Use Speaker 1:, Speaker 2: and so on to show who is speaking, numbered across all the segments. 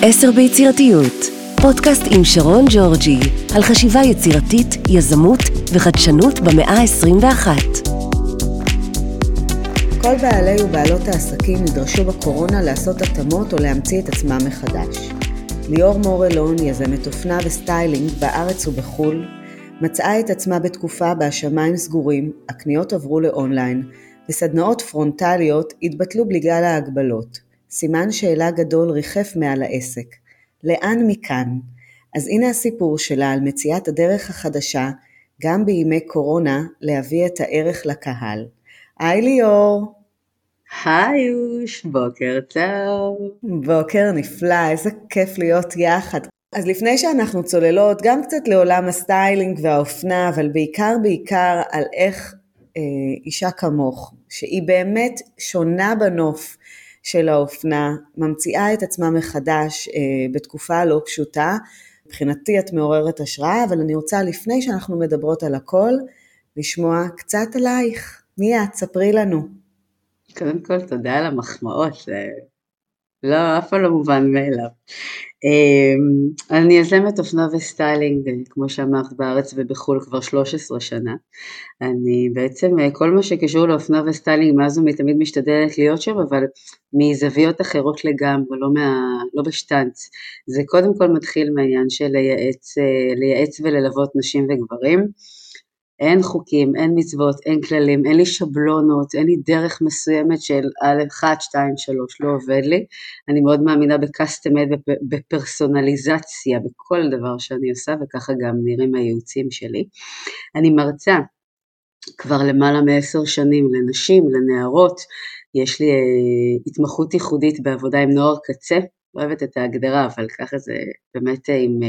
Speaker 1: 10 ביצירתיות, פודקאסט עם שרון ג'ורג'י, על חשיבה יצירתית, יזמות וחדשנות במאה ה-21.
Speaker 2: כל בעלי ובעלות העסקים נדרשו בקורונה לעשות התאמות או להמציא את עצמם מחדש. ליאור מור-אלון, יזמת אופנה וסטיילינג בארץ ובחול, מצאה את עצמה בתקופה בה השמיים סגורים, הקניות עברו לאונליין, וסדנאות פרונטליות התבטלו בגלל ההגבלות. סימן שאלה גדול ריחף מעל העסק. לאן מכאן? אז הנה הסיפור שלה על מציאת הדרך החדשה, גם בימי קורונה, להביא את הערך לקהל. היי ליאור.
Speaker 3: היי יוש, בוקר טוב.
Speaker 2: בוקר נפלא, איזה כיף להיות יחד. אז לפני שאנחנו צוללות, גם קצת לעולם הסטיילינג והאופנה, אבל בעיקר על איך אישה כמוך, שהיא באמת שונה בנוף של האופנה, ממציאה את עצמה מחדש בתקופה לא פשוטה. מבחינתי את מעוררת השראה, אבל אני רוצה לפני שאנחנו מדברות על הכל, לשמוע קצת עלייך. מי את? ספרי לנו.
Speaker 3: קודם כל תודה על המחמאות, לא, אף פעם לא מובן מאליו. אני יזמת אופנה וסטיילינג, כמו שאמרת, בארץ ובחול כבר 13 שנה. אני בעצם, כל מה שקשור לאופנה וסטיילינג, מאז ומתמיד משתדלת להיות שם, אבל מזוויות אחרות לגמרי, לא בשטנץ. זה קודם כל מתחיל מהעניין של לייעץ וללוות נשים וגברים. אין חוקים, אין מצוות, אין כללים, אין לי שבלונות, אין לי דרך מסוימת של 1, 2, 3, לא עובד לי. אני מאוד מאמינה בקסטומייד ובפרסונליזציה, בכל דבר שאני עושה, וככה גם נראים הייעוצים שלי. אני מרצה כבר למעלה מ10 שנים לנשים, לנערות, יש לי התמחות ייחודית בעבודה עם נוער קצה, לא אוהבת את ההגדרה, אבל ככה זה באמת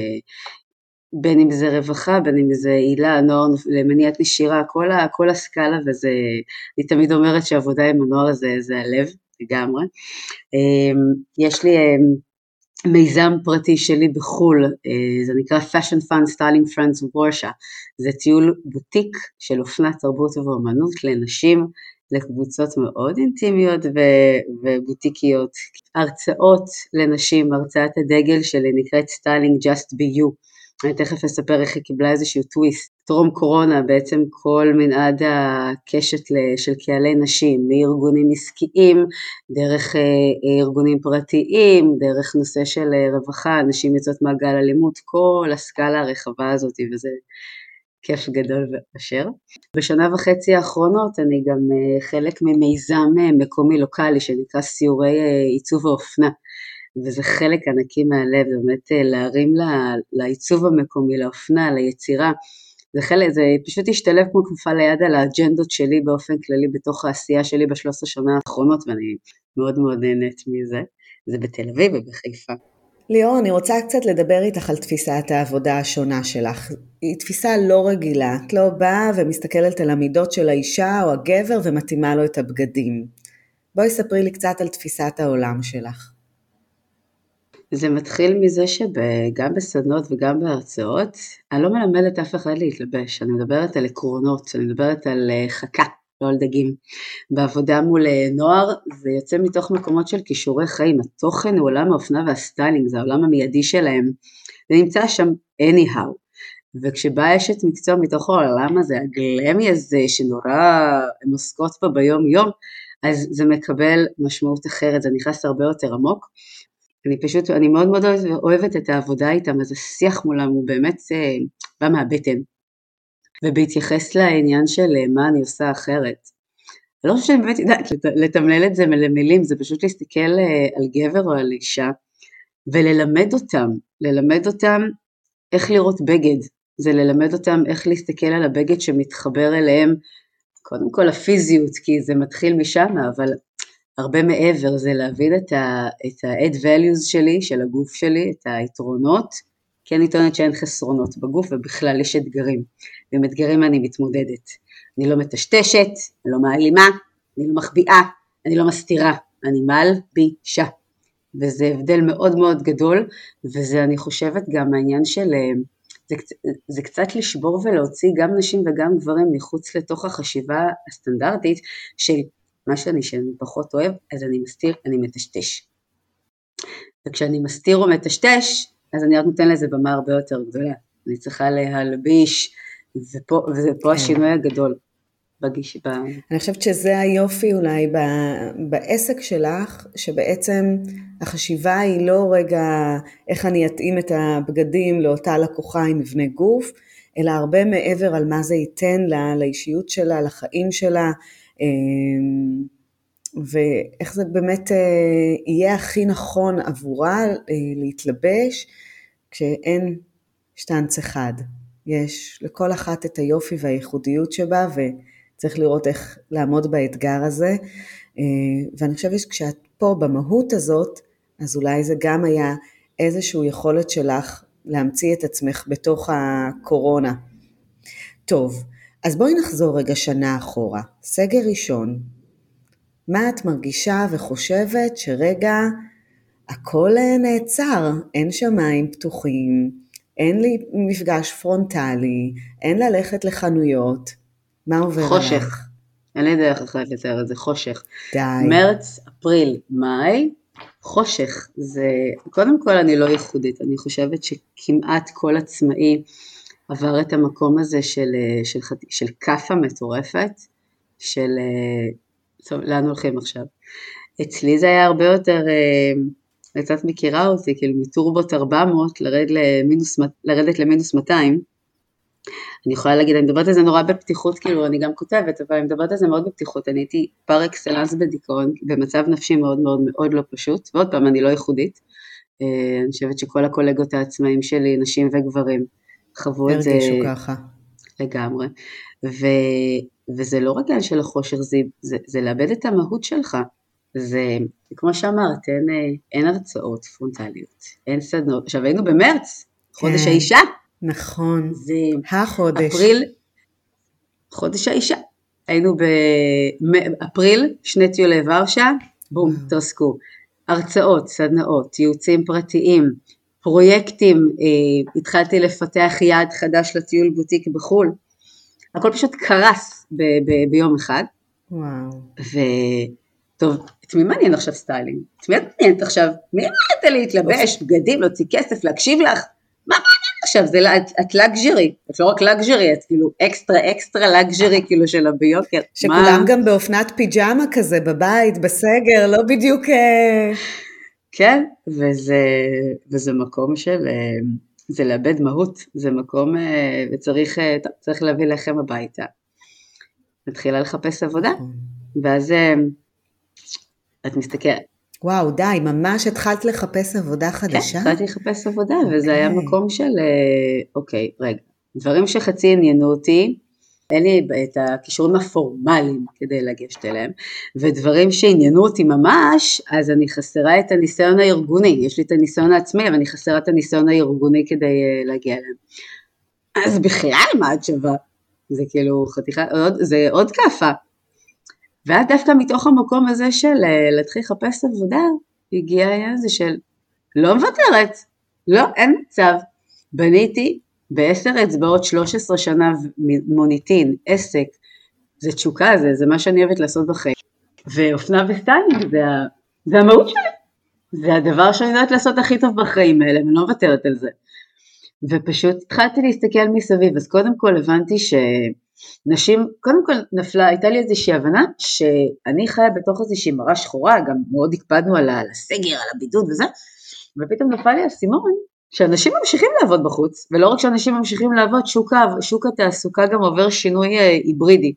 Speaker 3: בין אם זה רווחה, בין אם זה עילה, נוער למניעת נשירה, כל הסקאלה, וזה, אני תמיד אומרת שעבודה עם הנוער הזה, זה הלב, לגמרי. יש לי מיזם פרטי שלי בחול, זה נקרא Fashion Fun Styling Friends Warsha, זה טיול בוטיק של אופנה, תרבות ואומנות לנשים, לקבוצות מאוד אינטימיות ובוטיקיות, הרצאות לנשים, הרצאת הדגל שלי נקראת Styling Just Be You, אני תכף אספר איך היא קיבלה איזשהו טוויסט. טרום קורונה בעצם כל מנעד הקשת של קהלי נשים, מארגונים עסקיים, דרך ארגונים פרטיים, דרך נושא של רווחה, נשים יוצאות מעגל אלימות, כל הסקאלה הרחבה הזאת, וזה כיף גדול ואשר. בשנה וחצי האחרונות אני גם חלק ממיזם מקומי לוקלי שנקרא סיורי עיצוב האופנה, וזה חלק ענקי מהלב, באמת להרים לעיצוב המקומי, לאופנה, ליצירה, זה פשוט השתלב כמו כפפה ליד על האג'נדות שלי באופן כללי, בתוך העשייה שלי ב13 שנה האחרונות, ואני מאוד מאוד נהנית מזה, זה בתל אביב ובחיפה.
Speaker 2: ליאור, אני רוצה קצת לדבר איתך על תפיסת העבודה השונה שלך. היא תפיסה לא רגילה, את לא באה ומסתכלת על המידות של האישה או הגבר ומתאימה לו את הבגדים. בואי ספרי לי קצת על תפיסת העולם שלך.
Speaker 3: זה מתחיל מזה שגם בסדנות וגם בהרצאות, אני לא מלמדת אף אחד להתלבש, אני מדברת על עקרונות, אני מדברת על חכה, לא על דגים. בעבודה מול נוער זה יוצא מתוך מקומות של כישורי חיים, התוכן הוא עולם האופנה והסטיילינג, זה העולם המיידי שלהם, זה נמצא שם anyhow, וכשבאה אשת מקצוע מתוך העולם הזה, הגלמי הזה שנורא הם עוסקות בה ביום יום, אז זה מקבל משמעות אחרת, זה נכנס הרבה יותר עמוק, אני מאוד מאוד אוהבת את העבודה איתם, אז השיח מולם הוא באמת בא מהבטן, ובהתייחס לעניין של מה אני עושה אחרת, אני לא חושבת שאני באמת יודעת לתמלל את זה למילים, זה פשוט להסתכל על גבר או על אישה, ללמד אותם איך לראות בגד, זה ללמד אותם איך להסתכל על הבגד שמתחבר אליהם, קודם כל הפיזיות, כי זה מתחיל משם, אבל הרבה מעבר, זה להבין את ה-add values שלי, של הגוף שלי, את היתרונות, כי אני טוענת שאין חסרונות בגוף, ובכלל יש אתגרים, ועם אתגרים אני מתמודדת. אני לא מטשטשת, אני לא מעלימה, אני לא מחביאה, אני לא מסתירה, אני מלבישה. וזה הבדל מאוד מאוד גדול, וזה אני חושבת גם העניין של, זה קצת לשבור ולהוציא גם נשים וגם גברים מחוץ לתוך החשיבה הסטנדרטית, של מה שאני פחות אוהב, אז אני מסתיר, אני מטשטש. וכשאני מסתיר או מטשטש, אז אני רק נותן לזה במה הרבה יותר גדולה. אני צריכה להלביש, ופה
Speaker 2: כן.
Speaker 3: השינוי הגדול.
Speaker 2: אני חושבת שזה היופי אולי בעסק שלך, שבעצם החשיבה היא לא רגע איך אני אתאים את הבגדים לאותה לקוחה עם מבנה גוף, אלא הרבה מעבר על מה זה ייתן לה, לאישיות שלה, לחיים שלה, ואיך זה באמת יהיה הכי נכון עבורה להתלבש, כשאין שטנץ אחד. יש לכל אחת את היופי והייחודיות שבה, וצריך לראות איך לעמוד באתגר הזה, ואני חושבת שכשאת פה במהות הזאת, אז אולי זה גם היה איזושהי יכולת שלך להמציא את עצמך בתוך הקורונה. טוב, אז בואי נחזור רגע שנה אחורה. סגר ראשון, מה את מרגישה וחושבת שרגע הכל נעצר, אין שמיים פתוחים, אין לי מפגש פרונטלי, אין ללכת לחנויות, מה עובר עליך?
Speaker 3: חושך, אין לי דרך אחרת לתאר את זה, חושך.
Speaker 2: די.
Speaker 3: מרץ, אפריל, מאי, חושך. זה, קודם כל אני לא ייחודית, אני חושבת שכמעט כל עצמאי עבר את המקום הזה של קפה מטורפת, של, טוב, לאן הולכים עכשיו? אצלי זה היה הרבה יותר, קצת מכירה אותי, כאילו מטורבות 400 לרדת למינוס 200, אני יכולה להגיד, אני מדברת על זה נורא בפתיחות, כאילו אני גם כותבת, אבל אני מדברת על זה מאוד בפתיחות, אני הייתי פר אקסלנס בדיכאון, במצב נפשי מאוד מאוד מאוד לא פשוט, ועוד פעם אני לא ייחודית, אני חושבת שכל הקולגות העצמאים שלי, נשים וגברים, חוו את זה
Speaker 2: ככה.
Speaker 3: לגמרי, וזה לא רק של החושך, זה לאבד את המהות שלך, זה כמו שאמרת, אין הרצאות פרונטליות, אין סדנות, עכשיו היינו במרץ, חודש האישה,
Speaker 2: נכון,
Speaker 3: זה
Speaker 2: החודש.
Speaker 3: אפריל, חודש האישה, היינו באפריל, 2 טיולי ורשה, בום, תרסקו, הרצאות, סדנאות, ייעוצים פרטיים, פרויקטים, התחלתי לפתח יעד חדש לטיול בוטיק בחול, הכל פשוט קרס ביום אחד,
Speaker 2: וואו.
Speaker 3: וטוב, את מי מעניין עכשיו סטיילינג? את מי את מעניינת עכשיו? מי מעניינת להתלבש, בגדים, להוציא כסף, להקשיב לך? מה מעניין עכשיו? את לגז'רי, את לא רק לגז'רי, את כאילו אקסטרה לגז'רי כאילו של הביוקר.
Speaker 2: שכולם גם באופנת פיג'מה כזה, בבית, בסגר, לא בדיוק...
Speaker 3: כן, וזה מקום של... זה לאבד מהות, זה מקום, וצריך להביא לכם הביתה. מתחילה לחפש עבודה, ואז את מסתכלת.
Speaker 2: וואו, די, ממש התחלת לחפש עבודה חדשה?
Speaker 3: כן, התחלתי לחפש עבודה, וזה היה מקום של, אוקיי, רגע, דברים שחצי עניינו אותי, אין לי את הכישורים הפורמליים כדי לגשת אליהם, ודברים שעניינו אותי ממש, אז אני חסרה את הניסיון הארגוני, יש לי את הניסיון העצמי, אבל אני חסרה את הניסיון הארגוני כדי להגיע אליהם. אז בכלל מה את שווה? זה כאילו חתיכה, זה עוד קפה. ואז דווקא מתוך המקום הזה של להתחיל לחפש עבודה, הגיע העניין הזה של לא מוותרת, לא, אין מצב. בניתי ב10 אצבעות 13 שנה מוניטין, עסק, זה תשוקה, זה מה שאני אוהבת לעשות בחיים. ואופנה וסטיילינג, זה המהות שלי. זה הדבר שאני יודעת לעשות הכי טוב בחיים האלה, אני לא מוותרת על זה. ופשוט התחלתי להסתכל מסביב, אז קודם כל הבנתי שנשים, קודם כל נפלה, הייתה לי איזושהי הבנה, שאני חיה בתוך איזושהי מראה שחורה, גם מאוד הקפדנו על הסגר, על הבידוד וזה, ופתאום נפל לי הסימון, שאנשים ממשיכים לעבוד בחוץ, ולא רק שאנשים ממשיכים לעבוד, שוק התעסוקה גם עובר שינוי היברידי,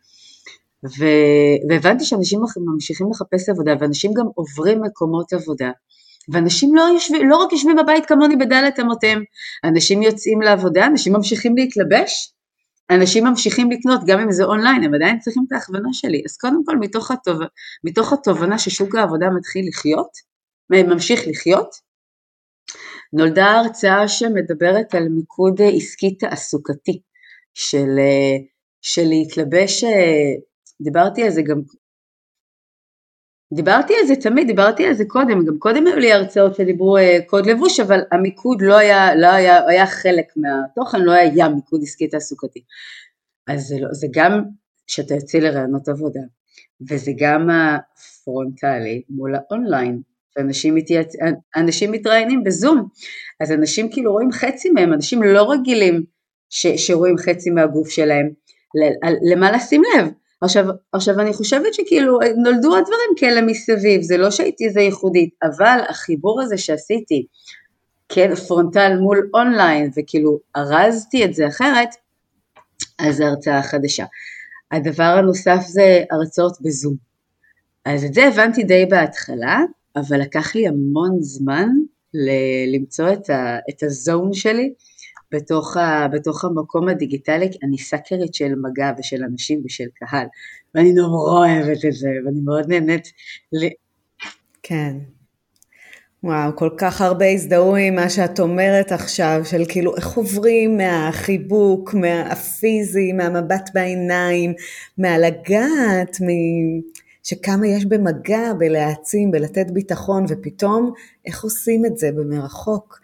Speaker 3: והבנתי שאנשים ממשיכים לחפש עבודה, ואנשים גם עוברים מקומות עבודה, ואנשים לא רק יושבים בבית כמוני בדלת אמותיהם, אנשים יוצאים לעבודה, אנשים ממשיכים להתלבש, אנשים ממשיכים לקנות, גם אם זה אונליין, הם עדיין צריכים את ההכוונה שלי, אז קודם כל מתוך התובנה ששוק העבודה מתחיל לחיות, ממשיך לחיות, נולדה הרצאה שמדברת על מיקוד עסקי תעסוקתי, של להתלבש, דיברתי על זה דיברתי על זה קודם, גם קודם היו לי הרצאות שדיברו קוד לבוש, אבל המיקוד לא היה חלק מהתוכן, לא היה מיקוד עסקי תעסוקתי. אז זה גם שאתה יוצא לרעיונות עבודה, וזה גם הפרונטלי מול האונליין, אנשים מתראיינים בזום, אז אנשים כאילו רואים חצי מהם, אנשים לא רגילים שרואים חצי מהגוף שלהם, למה לשים לב? עכשיו אני חושבת שכאילו נולדו הדברים כאלה מסביב, זה לא שהייתי זה ייחודית, אבל החיבור הזה שעשיתי, כן, פרונטל מול אונליין, וכאילו ארזתי את זה אחרת, אז זה הרצאה חדשה. הדבר הנוסף זה הרצאות בזום. אז את זה הבנתי די בהתחלה, אבל לקח לי המון זמן למצוא את הזון שלי בתוך המקום הדיגיטלי. אני סאקרית של מגע ושל אנשים ושל קהל, ואני נורא אוהבת את זה, ואני מאוד נהנית.
Speaker 2: כן. וואו, כל כך הרבה הזדהו עם מה שאת אומרת עכשיו, של כאילו איך עוברים מהחיבוק, מהפיזי, מהמבט בעיניים, מהלגעת, שכמה יש במגע, בלהעצים, בלתת ביטחון, ופתאום איך עושים את זה במרחוק.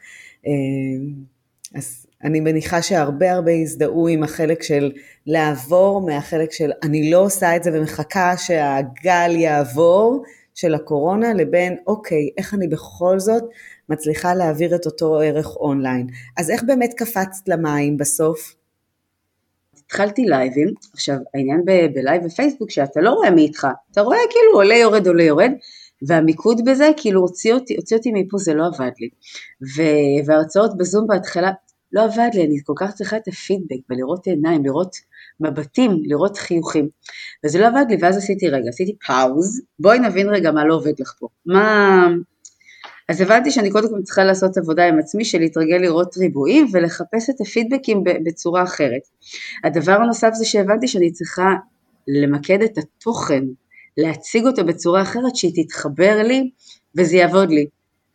Speaker 2: אז אני מניחה שהרבה הזדהו עם החלק של לעבור, מהחלק של אני לא עושה את זה ומחכה שהגל יעבור, של הקורונה, לבין אוקיי, איך אני בכל זאת מצליחה להעביר את אותו ערך אונליין. אז איך באמת קפצת למים בסוף?
Speaker 3: התחלתי לייבים, עכשיו העניין בלייב בפייסבוק שאתה לא רואה מי איתך, אתה רואה כאילו עולה יורד, והמיקוד בזה כאילו הוציא אותי מפה, זה לא עבד לי, וההרצאות בזום בהתחלה לא עבד לי, אני כל כך צריכה את הפידבק, ולראות עיניים, לראות מבטים, לראות חיוכים, וזה לא עבד לי, ואז עשיתי פאוז, בואי נבין רגע מה לא עובד לך פה, אז הבנתי שאני קודם כל צריכה לעשות עבודה עם עצמי, של להתרגל לראות ריבועים, ולחפש את הפידבקים בצורה אחרת. הדבר הנוסף זה שהבנתי שאני צריכה למקד את התוכן, להציג אותו בצורה אחרת, שהיא תתחבר לי, וזה יעבוד לי.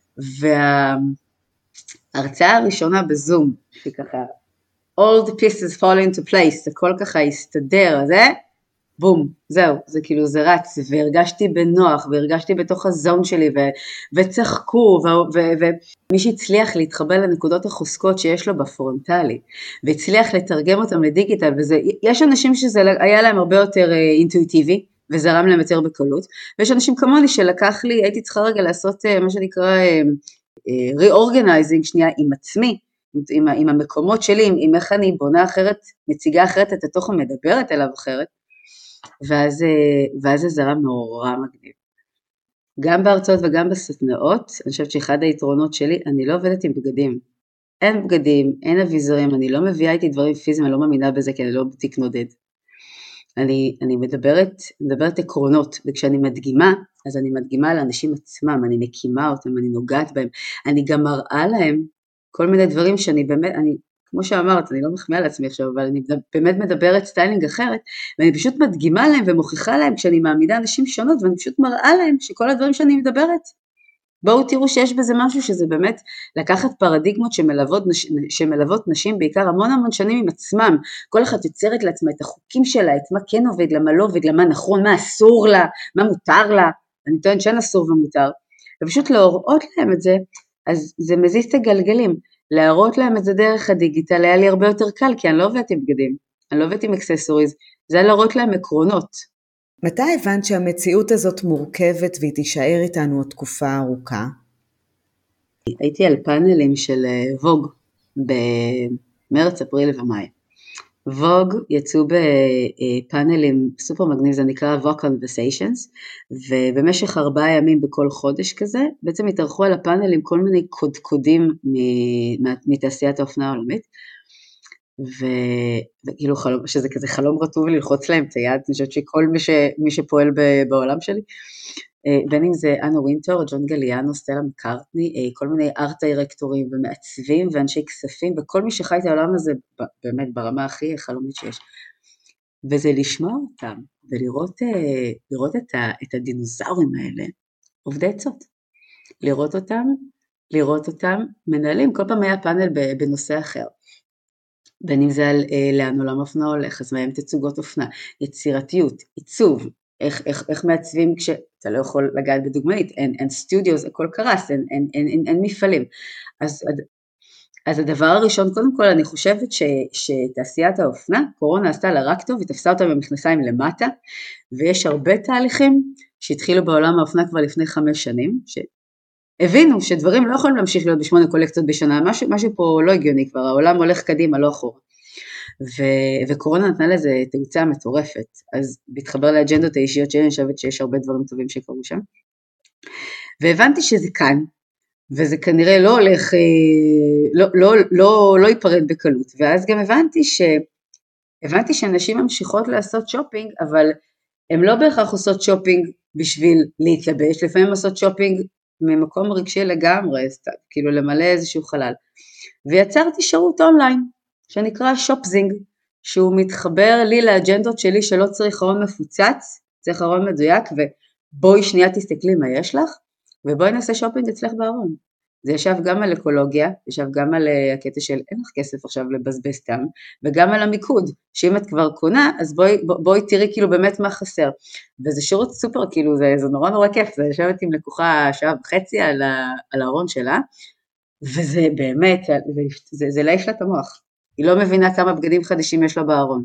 Speaker 3: וההרצאה הראשונה בזום, שככה, all the pieces fall into place, הכל ככה הסתדר, זה, בום, זהו, זה כאילו זה רץ, והרגשתי בנוח, והרגשתי בתוך הזון שלי, וצחקו, ומי שהצליח להתחבר לנקודות החוזקות שיש לו בפרונטלי, והצליח לתרגם אותם לדיגיטל, יש אנשים שזה היה להם הרבה יותר אינטואיטיבי, וזרם להם יותר בקלות, ויש אנשים כמוני שלקח לי, הייתי צריכה רגע לעשות מה שנקרא reorganizing שנייה עם עצמי, עם המקומות שלי, עם איך אני בונה אחרת, מציגה אחרת את התוכן, מדברת אליו אחרת, ואז זה זרם נורא מגניב. גם בהרצאות וגם בסדנאות, אני חושבת שאחד היתרונות שלי, אני לא עובדת עם בגדים. אין בגדים, אין אביזרים, אני לא מביאה איתי דברים פיזיים, אני לא מאמינה בזה, כי אני לא בוטיק נודד. אני מדברת עקרונות, וכשאני מדגימה, אז אני מדגימה על האנשים עצמם, אני מקימה אותם, אני נוגעת בהם, אני גם מראה להם כל מיני דברים שאני באמת, כמו שאמרת, אני לא מחמיאה לעצמי עכשיו, אבל אני באמת מדברת סטיילינג אחרת, ואני פשוט מדגימה להם ומוכיחה להם, כשאני מעמידה אנשים שונות, ואני פשוט מראה להם שכל הדברים שאני מדברת, בואו תראו שיש בזה משהו שזה באמת לקחת פרדיגמות שמלוות נשים בעיקר המון שנים עם עצמם, כל אחת יוצרת לעצמה את החוקים שלה, את מה כן עובד, למה לא עובד, למה נכון, מה אסור לה, מה מותר לה, אני טוען שאין אסור ומותר, ופשוט להראות להם את זה, אז זה מזיז את הגלגלים, להראות להם את זה דרך הדיגיטל, היה לי הרבה יותר קל, כי אני לא עובדת עם בגדים, אני לא עובדת עם אקססוריז, זה היה להראות להם עקרונות.
Speaker 2: מתי הבנת שהמציאות הזאת מורכבת והיא תישאר איתנו עוד תקופה ארוכה?
Speaker 3: הייתי על פאנלים של ווג במרץ, אפריל ומאי. ווג יצאו בפאנלים סופר מגניב, זה נקרא Vogue Conversations, ובמשך 4 ימים בכל חודש כזה, בעצם התארחו על הפאנלים כל מיני קודקודים מתעשיית האופנה העולמית, וכאילו שזה כזה חלום רטוב ללחוץ להם את היד, אני חושבת שכל מי שפועל בעולם שלי, בין אם זה אנה וינטור, ג'ון גליאנו, סטלה מקארטני, כל מיני ארט דירקטורים ומעצבים ואנשי כספים, וכל מי שחי את העולם הזה באמת ברמה הכי חלומית שיש, וזה לשמוע אותם, ולראות את הדינוזאורים האלה, עובדי עצות, לראות אותם מנהלים, כל פעם היה פאנל בנושא אחר, בין אם זה על לאן עולם אופנה הולך, אז מהם תצוגות אופנה, יצירתיות, עיצוב, איך מעצבים כשאתה לא יכול לגעת בדוגמנית, אין סטודיוס, הכל קרס, אין מפעלים. אז הדבר הראשון, קודם כל אני חושבת שתעשיית האופנה, קורונה עשתה לה רק טוב, היא תפסה אותה במכנסיים למטה, ויש הרבה תהליכים שהתחילו בעולם האופנה כבר לפני 5 שנים, הבינו שדברים לא יכולים להמשיך להיות ב8 קולקציות בשנה, משהו פה לא הגיוני כבר, העולם הולך קדימה, לא אחורה. וקורונה נתנה לזה תאוצה מטורפת, אז בהתחבר לאג'נדות האישיות שלי, אני חושבת שיש הרבה דברים טובים שקרו שם, והבנתי שזה כאן, וזה כנראה לא הולך, לא ייפרד בקלות, ואז גם הבנתי שאנשים ממשיכות לעשות שופינג, אבל הן לא בהכרח עושות שופינג בשביל להתלבש, לפעמים עושות שופינג ממקום רגשי לגמרי, כאילו למלא איזשהו חלל, ויצרתי שירות אונליין, שנקרא שופזינג, שהוא מתחבר לי לאג'נדות שלי שלא צריך ארון מפוצץ, צריך ארון מדויק, ובואי שנייה תסתכלי מה יש לך, ובואי נעשה שופינג אצלך בארון. זה ישב גם על אקולוגיה, ישב גם על הקטע של אין לך כסף עכשיו לבזבז סתם, וגם על המיקוד, שאם את כבר קונה, אז בואי תראי כאילו באמת מה חסר. וזה שירות סופר, כאילו זה נורא נורא כיף, זה ישבת עם לקוחה שעה וחצי על הארון שלה, וזה באמת, זה להעיף לה את המוח. היא לא מבינה כמה בגדים חדשים יש לה בארון.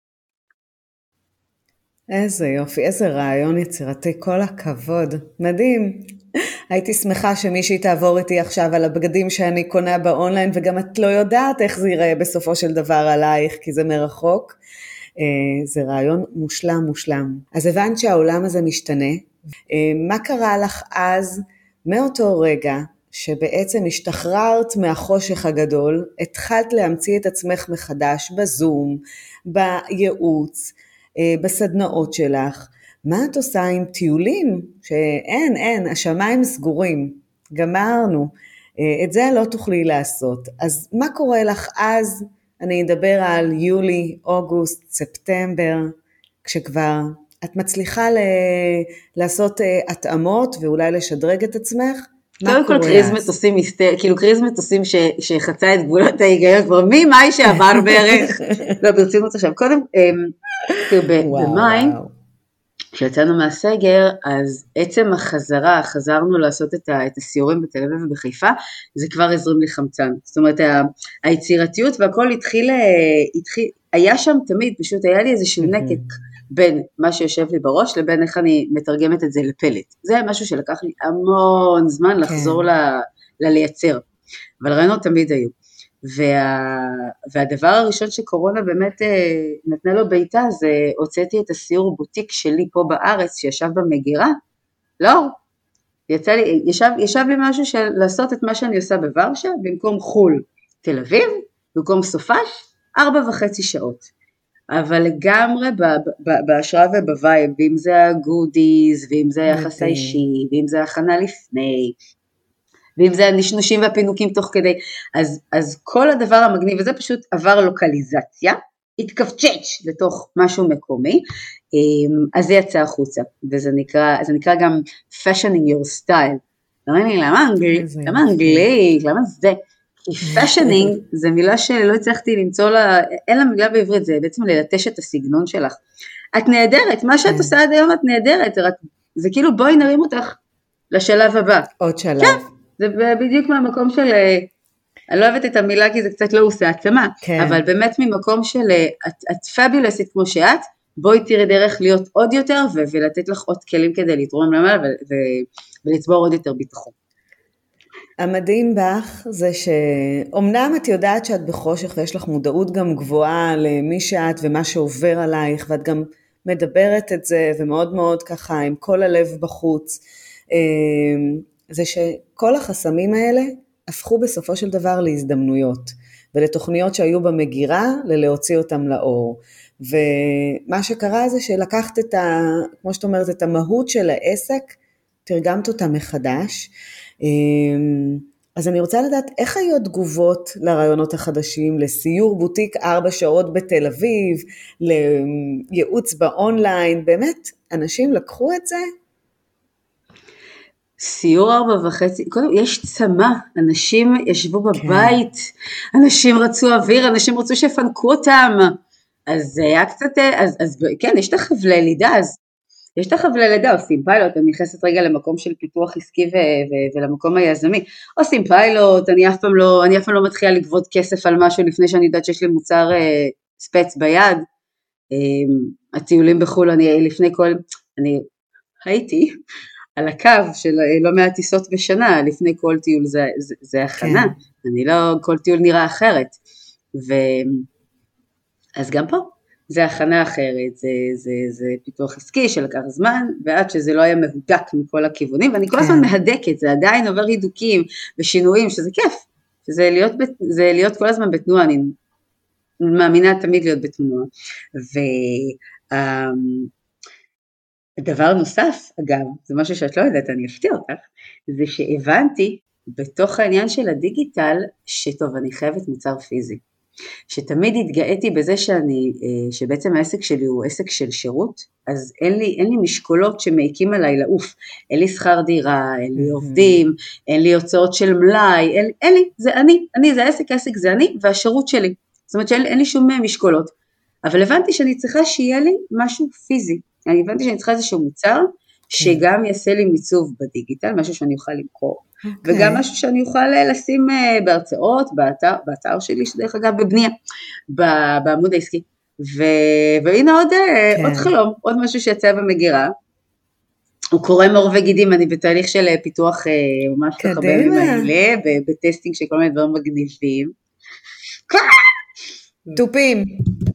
Speaker 2: איזה יופי, איזה רעיון יצירתי, כל הכבוד, מדהים. הייתי שמחה שמישהי תעבור איתי עכשיו על הבגדים שאני קונה באונליין, וגם את לא יודעת איך זה ייראה בסופו של דבר עלייך, כי זה מרחוק. זה רעיון מושלם. אז הבנת שהעולם הזה משתנה. מה קרה לך אז, מאותו רגע, שבעצם השתחררת מהחושך הגדול, התחלת להמציא את עצמך מחדש בזום, בייעוץ, בסדנאות שלך, מה את עושה עם טיולים? שאין, השמיים סגורים, גמרנו, את זה לא תוכלי לעשות. אז מה קורה לך אז? אני אדבר על יולי, אוגוסט, ספטמבר, כשכבר את מצליחה לעשות התאמות ואולי לשדרג את עצמך?
Speaker 3: קודם כל קריז מטוסים, כאילו קריז מטוסים שחצה את גבולות ההיגיון, כבר ממאי שעבר בערך, לא ברצינות עכשיו, קודם, במאי, כשיצאנו מהסגר, אז עצם החזרה, חזרנו לעשות את הסיורים בתל אביב ובחיפה, זה כבר הזרים לי חמצן, זאת אומרת, היצירתיות והכל התחיל, היה שם תמיד, פשוט היה לי איזשהו נתק, בין מה שיושב לי בראש לבין איך אני מתרגמת את זה לפלט. זה משהו שלקח לי המון זמן לחזור לייצר, אבל רעיונות תמיד היו. והדבר הראשון שקורונה באמת נתנה לו ביתה, זה הוצאתי את הסיור בוטיק שלי פה בארץ, שישב במגירה, לא, ישב לי משהו של לעשות את מה שאני עושה בוורשה, במקום חול תל אביב, במקום סופש, 4.5 שעות. אבל לגמרי בהשראה ובווייב, ואם זה הגודיז, ואם זה היחס האישי, ואם זה הכנה לפני, ואם זה הנשנושים והפינוקים תוך כדי, אז כל הדבר המגניב, וזה פשוט עבר לוקליזציה, התכווצ'ץ' לתוך משהו מקומי, אז זה יצא החוצה, וזה נקרא גם fashioning your style, למה אנגליק, למה זה? כי פאשנינג זה מילה שלא הצלחתי למצוא לה, אין לה מילה בעברית, זה בעצם ללטש את הסגנון שלך. את נהדרת, מה שאת עושה עד היום את נהדרת, זה כאילו בואי נרים אותך לשלב הבא.
Speaker 2: עוד שלב.
Speaker 3: כן, זה בדיוק מהמקום של, אני לא אוהבת את המילה כי זה קצת לא עושה עצמה, אבל באמת ממקום של, את פאבולסית כמו שאת, בואי תראי דרך להיות עוד יותר, ולתת לך עוד כלים כדי לתרום למעלה, ולצבור עוד יותר ביטחון.
Speaker 2: המדהים בך זה שאומנם את יודעת שאת בחושך ויש לך מודעות גם גבוהה למי שאת ומה שעובר עלייך, ואת גם מדברת את זה ומאוד מאוד ככה עם כל הלב בחוץ, זה שכל החסמים האלה הפכו בסופו של דבר להזדמנויות ולתוכניות שהיו במגירה ללהוציא אותם לאור. ומה שקרה זה שלקחת כמו שאת אומרת, את המהות של העסק, תרגמת אותה מחדש. אז אני רוצה לדעת איך היו התגובות לרעיונות החדשים, לסיור בוטיק 4 שעות בתל אביב, לייעוץ באונליין, באמת אנשים לקחו את זה?
Speaker 3: סיור 4.5, קודם יש צמא, אנשים ישבו בבית, אנשים רצו אוויר, אנשים רצו שפנקו אותם, אז זה היה קצת, אז כן, יש את החבלי לידה, אז יש את החבלי לידה, עושים פיילוט, אני נכנסת רגע למקום של פיתוח עסקי ולמקום היזמי, עושים פיילוט, אני אף פעם לא מתחילה לגבות כסף על משהו לפני שאני יודעת שיש לי מוצר ספץ ביד, הטיולים בחול, אני לפני כל, אני הייתי, על הקו של לא מעט טיסות בשנה, לפני כל טיול זה הכנה, כן. אני לא, כל טיול נראה אחרת, אז גם פה, זה הכנה אחרת, זה פיתוח עסקי שלקח זמן, ועד שזה לא היה מהודק מכל הכיוונים, ואני כל הזמן מהדקת, זה עדיין עובר הידוקים ושינויים, שזה כיף, שזה להיות כל הזמן בתנועה, אני מאמינה תמיד להיות בתנועה, דבר נוסף, אגב, זה משהו שאת לא יודעת, אני אפתיע אותך, זה שהבנתי בתוך העניין של הדיגיטל, שטוב, אני חייבת מוצר פיזי. שתמיד התגאיתי בזה שבעצם העסק שלי הוא עסק של שירות, אז אין לי משקולות שמעיקים עליי לעוף, אין לי שכר דירה, אין לי עובדים, אין לי הוצאות של מלאי, אין לי, זה אני, זה העסק זה אני, והשירות שלי, זאת אומרת שאין לי שום משקולות, אבל הבנתי שאני צריכה שיהיה לי משהו פיזי, אני הבנתי שאני צריכה איזשהו מוצר, שגם יעשה לי מיצוב בדיגיטל, משהו שאני אוכל למכור, וגם משהו שאני אוכל לשים בהרצאות, באתר שלי, שדרך אגב בבנייה, בעמוד העסקי, והנה עוד חלום, עוד משהו שיצא במגירה, הוא קורא מעור וגידים, אני בתהליך של פיתוח ממש ככה בימים האלה, בטסטינג של כל מיני דברים מגניבים,
Speaker 2: טופים.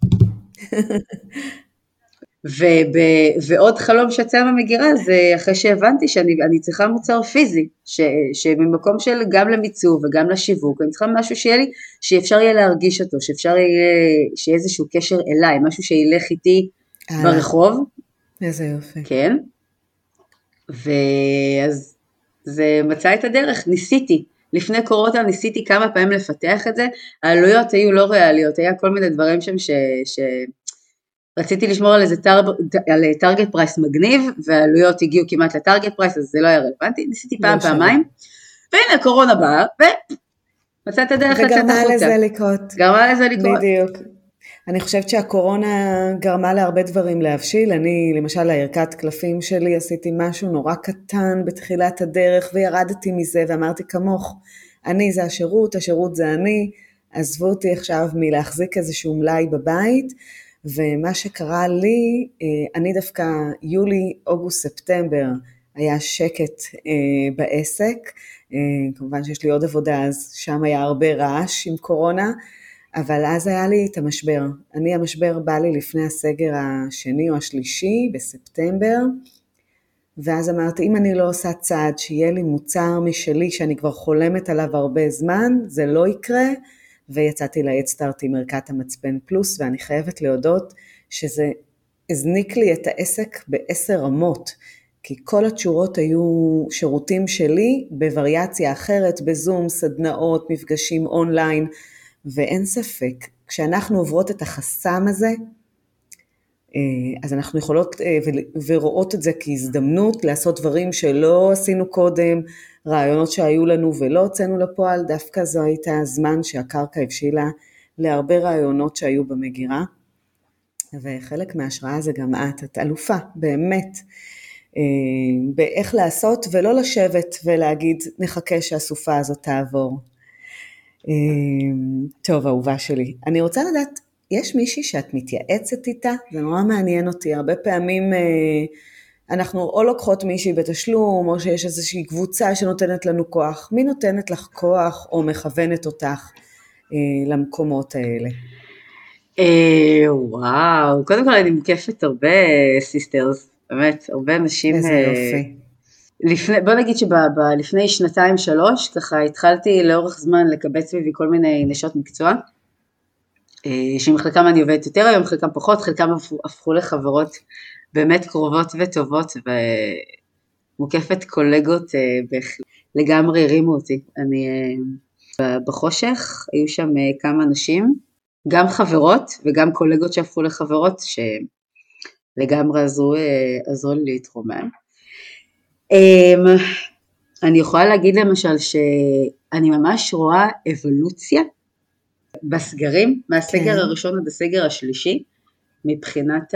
Speaker 3: ועוד חלום שיצא מהמגירה זה אחרי שהבנתי שאני צריכה מוצר פיזי, שממקום של גם למיצוב וגם לשיווק, אני צריכה משהו שיהיה לי, שאפשר יהיה להרגיש אותו, שיהיה איזשהו קשר אליי, משהו שילך איתי ברחוב.
Speaker 2: איזה יופי.
Speaker 3: כן. ואז זה מצא את הדרך, ניסיתי. לפני קורונה ניסיתי כמה פעמים לפתח את זה, העלויות היו לא ריאליות, היה כל מיני דברים שם רציתי לשמור על איזה טארגט פרייס מגניב, והעלויות הגיעו כמעט לטארגט פרייס, אז זה לא היה רלוונטי, ניסיתי פעמיים, והנה הקורונה באה, ומצאת הדרך לצאת החוצה.
Speaker 2: וגרמה לזה לקרות.
Speaker 3: גרמה לזה לקרות.
Speaker 2: בדיוק. אני חושבת שהקורונה גרמה להרבה דברים להבשיל, אני למשל הערכת קלפים שלי עשיתי משהו נורא קטן בתחילת הדרך, וירדתי מזה ואמרתי כמוך, אני זה השירות זה אני, עזבו אותי עכשיו מלהחזיק איזשהו מלאי בבית, ומה שקרה לי, אני דווקא יולי, אוגוסט, ספטמבר, היה שקט בעסק, כמובן שיש לי עוד עבודה, אז שם היה הרבה רעש עם קורונה, אבל אז היה לי את המשבר. המשבר בא לי לפני הסגר השני או השלישי, בספטמבר, ואז אמרתי, אם אני לא עושה צעד, שיהיה לי מוצר משלי, שאני כבר חולמת עליו הרבה זמן, זה לא יקרה, ויצאתי ל-Headsstart עם ערכת המצפן פלוס, ואני חייבת להודות שזה הזניק לי את העסק ב10 רמות, כי כל התשורות היו שירותים שלי בווריאציה אחרת, בזום, סדנאות, מפגשים אונליין, ואין ספק, כשאנחנו עוברות את החסם הזה, אז אנחנו יכולות ורואות את זה כהזדמנות לעשות דברים שלא עשינו קודם, רעיונות שהיו לנו ולא הוצאנו לפועל, דווקא זו הייתה הזמן שהקרקע הבשילה להרבה רעיונות שהיו במגירה, וחלק מההשראה זה גם את אלופה, באמת, באיך לעשות ולא לשבת ולהגיד נחכה שהסופה הזאת תעבור. טוב, אהובה שלי, אני רוצה לדעת, יש מישהי שאת מתייעצת איתה? זה נורא מעניין אותי, הרבה פעמים אנחנו או לוקחות מישהי בתשלום, או שיש איזושהי קבוצה שנותנת לנו כוח, מי נותנת לך כוח או מכוונת אותך למקומות האלה?
Speaker 3: וואו, קודם כל אני מוקפת הרבה סיסטרס, באמת, הרבה אנשים.
Speaker 2: איזה יופי.
Speaker 3: בוא נגיד שלפני 2-3, ככה התחלתי לאורך זמן לקבץ סביבי כל מיני נשות מקצוע, שעם חלקם אני עובדת יותר היום, חלקם פחות, חלקם הפכו לחברות באמת קרובות וטובות, ומוקפת קולגות לגמרי הרימו אותי. אני בחושך, היו שם כמה אנשים, גם חברות וגם קולגות שהפכו לחברות, שלגמרי עזרו לי להתרומם. אני יכולה להגיד למשל שאני ממש רואה אבולוציה בסגרים, מהסגר הראשון עד הסגר השלישי, מבחינת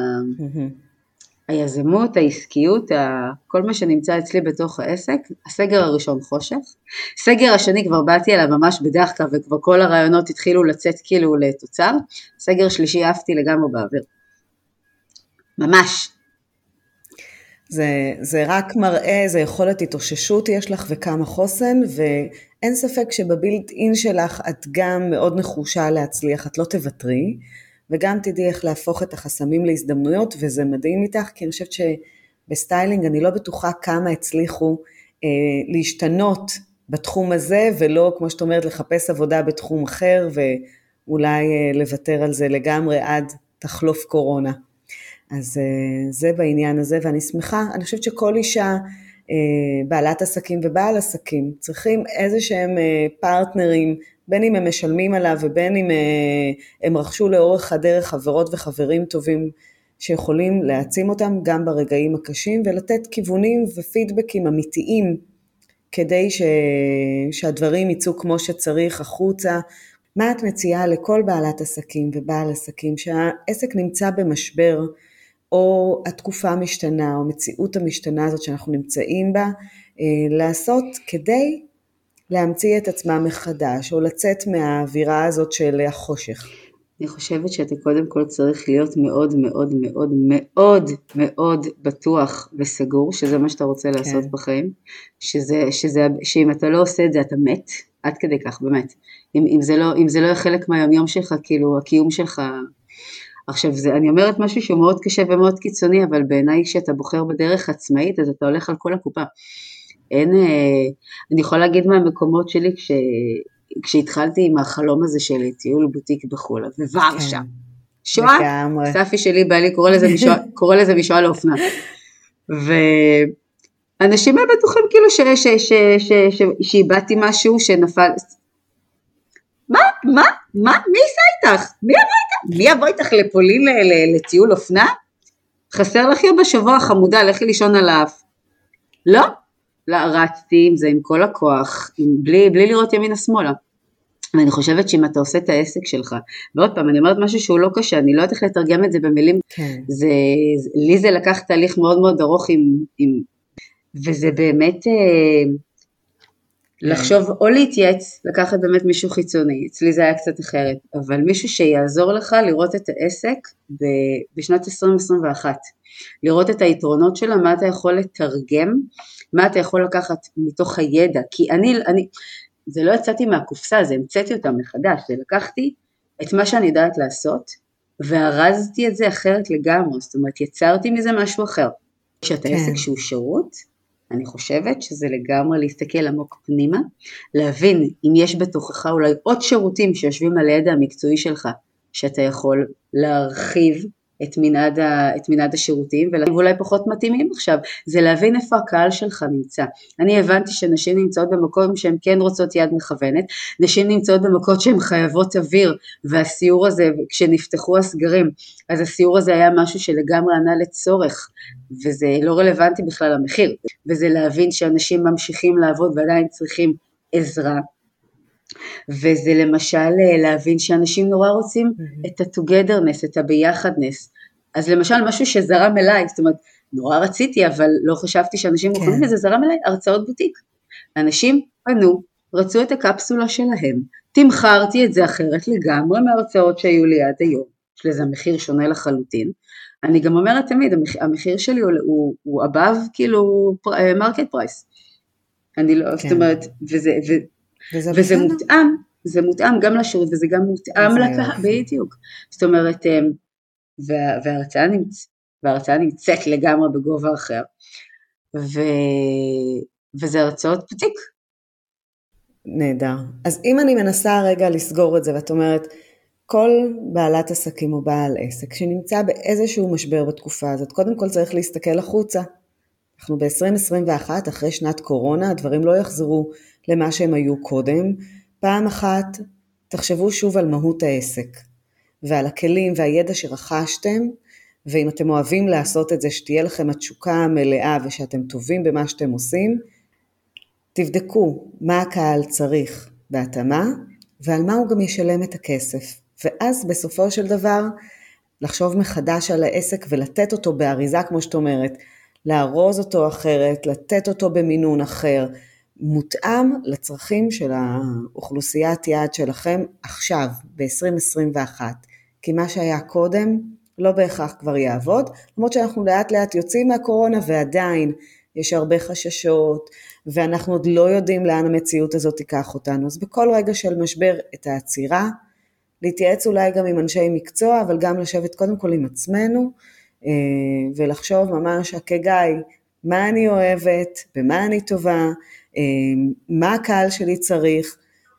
Speaker 3: היזמות, העסקיות, כל מה שנמצא אצלי בתוך העסק. הסגר הראשון חושך, סגר השני כבר באתי עליו ממש בדחקה, וכבר כל הרעיונות התחילו לצאת כאילו לתוצר, סגר שלישי עפתי לגמרי באוויר. ממש.
Speaker 2: זה רק מראה, זה יכולת התאוששות יש לך וכמה חוסן, ואין ספק שבבילד אין שלך את גם מאוד נחושה להצליח, את לא תוותרי, וגם תדעי איך להפוך את החסמים להזדמנויות, וזה מדהים איתך, כי אני חושבת שבסטיילינג אני לא בטוחה כמה הצליחו להשתנות בתחום הזה, ולא כמו שאת אומרת לחפש עבודה בתחום אחר, ואולי לוותר על זה לגמרי עד תחלוף קורונה. אז זה בעניין הזה, ואני שמחה, אני חושבת שכל אישה, בעלת עסקים ובעל עסקים, צריכים איזה שהם פרטנרים, בין אם הם משלמים עליו, ובין אם הם רכשו לאורך הדרך חברות וחברים טובים, שיכולים להעצים אותם גם ברגעים הקשים, ולתת כיוונים ופידבקים אמיתיים, כדי שהדברים יצאו כמו שצריך החוצה. מה את מציעה לכל בעלת עסקים ובעל עסקים, שהעסק נמצא במשבר, או התקופה המשתנה, או מציאות המשתנה הזאת שאנחנו נמצאים בה, לעשות כדי להמציא את עצמם מחדש, או לצאת מהאווירה הזאת של החושך?
Speaker 3: אני חושבת שאתה קודם כל צריך להיות מאוד מאוד מאוד מאוד מאוד בטוח וסגור, שזה מה שאתה רוצה לעשות בחיים, שאם אתה לא עושה את זה אתה מת, עד כדי כך באמת, אם זה לא יהיה חלק מהיום שלך, כאילו הקיום שלך. עכשיו אני אומרת משהו שהוא מאוד קשה ומאוד קיצוני, אבל בעיניי כשאתה בוחר בדרך עצמאית, אז אתה הולך על כל הקופה. אני יכולה להגיד מהמקומות שלי, כשהתחלתי עם החלום הזה של טיול בוטיק בחול, וורשה, שואה, ספי שלי בא לי, קורא לזה משואה לאופנה, ואנשים בטוחים כאילו שאיבדתי משהו שנפל, מי ייסע איתך? מי יבוא איתך לפולין לטיול אופנה? חסר לך יום בשבוע חמודה, לכי לישון על האף. לא, רצתי עם זה עם כל הכוח, בלי לראות ימינה שמאלה. ואני חושבת שאם אתה עושה את העסק שלך, ועוד פעם, אני אומרת משהו שהוא לא קשה, אני לא יודעת איך לתרגם את זה במילים, לי זה לקח תהליך מאוד מאוד ארוך, וזה באמת לחשוב או להתייעץ, לקחת באמת מישהו חיצוני, אצלי זה היה קצת אחרת, אבל מישהו שיעזור לך לראות את העסק בשנת 2021, לראות את היתרונות שלה, מה אתה יכול לתרגם, מה אתה יכול לקחת מתוך הידע, כי אני זה לא יצאתי מהקופסה, זה המצאתי אותם מחדש, זה לקחתי את מה שאני יודעת לעשות, והרזתי את זה אחרת לגמרי, זאת אומרת, יצרתי מזה משהו אחר. כשאתה עסק שהוא שירות, אני חושבת שזה לגמרי להסתכל עמוק פנימה, להבין אם יש בתוכך אולי עוד שירותים שיושבים על הידע המקצועי שלך, שאתה יכול להרחיב את מנעד השירותים, ואולי פחות מתאימים עכשיו, זה להבין איפה הקהל שלך נמצא. אני הבנתי שנשים נמצאות במקום שהן כן רוצות יד מכוונת, נשים נמצאות במקום שהן חייבות אוויר, והסיור הזה, כשנפתחו הסגרים, אז הסיור הזה היה משהו שלגמרי ענה לצורך, וזה לא רלוונטי בכלל למחיר, וזה להבין שאנשים ממשיכים לעבוד ועדיין צריכים עזרה, וזה למשל להבין שאנשים נורא רוצים את ה-togetherness, את הביחדנס, אז למשל משהו שזרם אליי, זאת אומרת, נורא רציתי, אבל לא חשבתי שאנשים מוכנים, וזה זרם אליי, הרצאות בוטיק, אנשים פנו, רצו את הקפסולה שלהם, תמחרתי את זה אחרת לגמרי מההרצאות שהיו לי עד היום, יש לזה מחיר שונה לחלוטין, אני גם אומרת תמיד, המחיר שלי הוא above, כאילו, market price, אני לא, זאת אומרת, וזה מותאם, זה מותאם גם לשירות, וזה גם מותאם לקהל, בדיוק, זאת אומרת, וההרצאה נמצאת לגמרי בגובה אחר, וזה הרצאות בוטיק.
Speaker 2: נהדר. אז אם אני מנסה רגע לסגור את זה, ואת אומרת, כל בעלת עסקים או בעל עסק שנמצא באיזשהו משבר בתקופה הזאת, קודם כל צריך להסתכל החוצה. אנחנו ב-2021, אחרי שנת קורונה, הדברים לא יחזרו למה שהם היו קודם. פעם אחת, תחשבו שוב על מהות העסק, ועל הכלים והידע שרכשתם, ואם אתם אוהבים לעשות את זה, שתהיה לכם התשוקה המלאה, ושאתם טובים במה שאתם עושים, תבדקו מה הקהל צריך בהתאמה, ועל מה הוא גם ישלם את הכסף. ואז בסופו של דבר, לחשוב מחדש על העסק, ולתת אותו באריזה, כמו שאת אומרת, לארוז אותו אחרת, לתת אותו במינון אחר, מותאם לצרכים של האוכלוסיית יעד שלכם עכשיו, ב-2021. כי מה שהיה קודם לא בהכרח כבר יעבוד, למרות שאנחנו לאט לאט יוצאים מהקורונה ועדיין יש הרבה חששות, ואנחנו עוד לא יודעים לאן המציאות הזאת תיקח אותנו, אז בכל רגע של משבר את העצירה, להתייעץ אולי גם עם אנשי מקצוע, אבל גם לשבת קודם כל עם עצמנו, ולחשוב ממש כגיא, מה אני אוהבת, במה אני טובה, מה הקהל שלי צריך,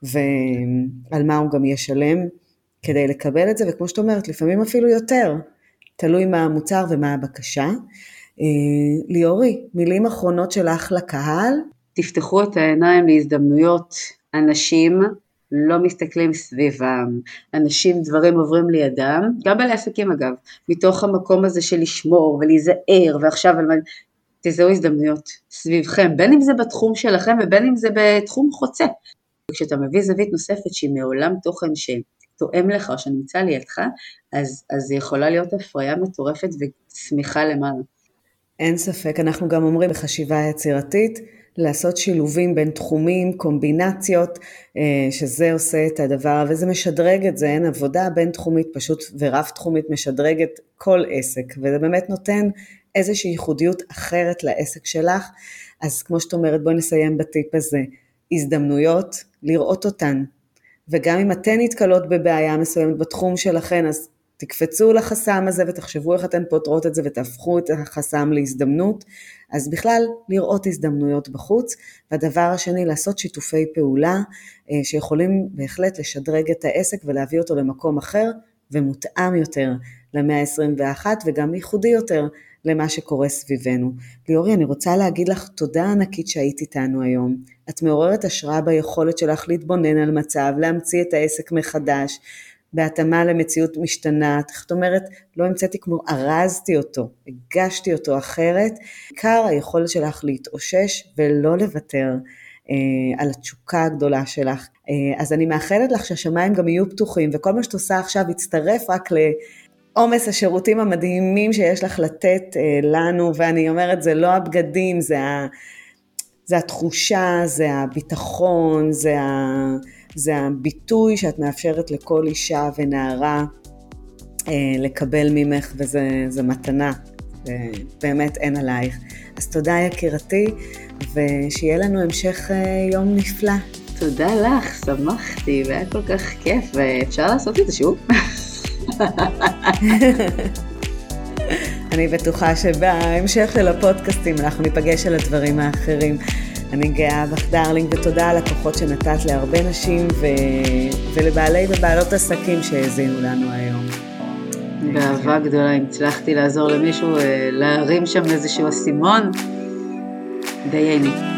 Speaker 2: ועל מה הוא גם ישלם, כדי לקבל את זה, וכמו שאת אומרת, לפעמים אפילו יותר, תלוי מה המוצר ומה הבקשה. ליאורי, מילים אחרונות שלך לקהל?
Speaker 3: תפתחו את העיניים להזדמנויות, אנשים לא מסתכלים סביבם, אנשים דברים עוברים לידם, גם בעלי עסקים אגב, מתוך המקום הזה של לשמור ולהיזהר, ועכשיו תזהו הזדמנויות סביבכם, בין אם זה בתחום שלכם ובין אם זה בתחום חוצה. כשאתה מביא זווית נוספת שהיא מעולם תוכן שתואם לך או שנמצא לידך, אז יכולה להיות הפריה מטורפת ושמיכה למעלה.
Speaker 2: אין ספק, אנחנו גם אומרים בחשיבה יצירתית, לעשות שילובים בין תחומים, קומבינציות, שזה עושה את הדבר, וזה משדרג את זה, אין עבודה בין תחומית פשוט ורב תחומית משדרגת כל עסק, וזה באמת נותן איזושהי ייחודיות אחרת לעסק שלך, אז כמו שאת אומרת, בואי נסיים בטיפ הזה, הזדמנויות, לראות אותן, וגם אם אתן נתקלות בבעיה מסוימת בתחום שלכן, אז תקפצו לחסם הזה ותחשבו איך אתן פותרות את זה ותהפכו את החסם להזדמנות, אז בכלל לראות הזדמנויות בחוץ, והדבר השני לעשות שיתופי פעולה שיכולים בהחלט לשדרג את העסק ולהביא אותו למקום אחר ומותאם יותר למאה ה-21 וגם ייחודי יותר למה שקורה סביבנו. ליאורי, אני רוצה להגיד לך תודה ענקית שהיית איתנו היום. את מעוררת השראה ביכולת שלך להתבונן על מצב, להמציא את העסק מחדש, בהתאמה למציאות משתנה, זאת אומרת, לא המצאתי כמו ארזתי אותו, הגשתי אותו אחרת, עיקר היכולת שלך להתאושש ולא לוותר על התשוקה הגדולה שלך, אז אני מאחלת לך שהשמיים גם יהיו פתוחים, וכל מה שאת עושה עכשיו יצטרף רק לעומס השירותים המדהימים שיש לך לתת לנו, ואני אומרת, זה לא הבגדים, זה התחושה, זה הביטחון, זה הביטוי שאת מאפשרת לכל אישה ונערה לקבל ממך, וזה מתנה, באמת אין עלייך. אז תודה יקירתי, ושיהיה לנו המשך יום נפלא.
Speaker 3: תודה לך, שמחתי, והיה כל כך כיף, ואפשר לעשות את זה שוב.
Speaker 2: אני בטוחה שבהמשך של הפודקאסטים אנחנו ניפגש על הדברים האחרים. אני גאה בך דארלינג, ותודה על הכוחות שנתת להרבה נשים ולבעלי ובעלות עסקים שהזינו לנו היום.
Speaker 3: באהבה גדולה, אם הצלחתי לעזור למישהו להרים שם איזשהו אסימון, דייני.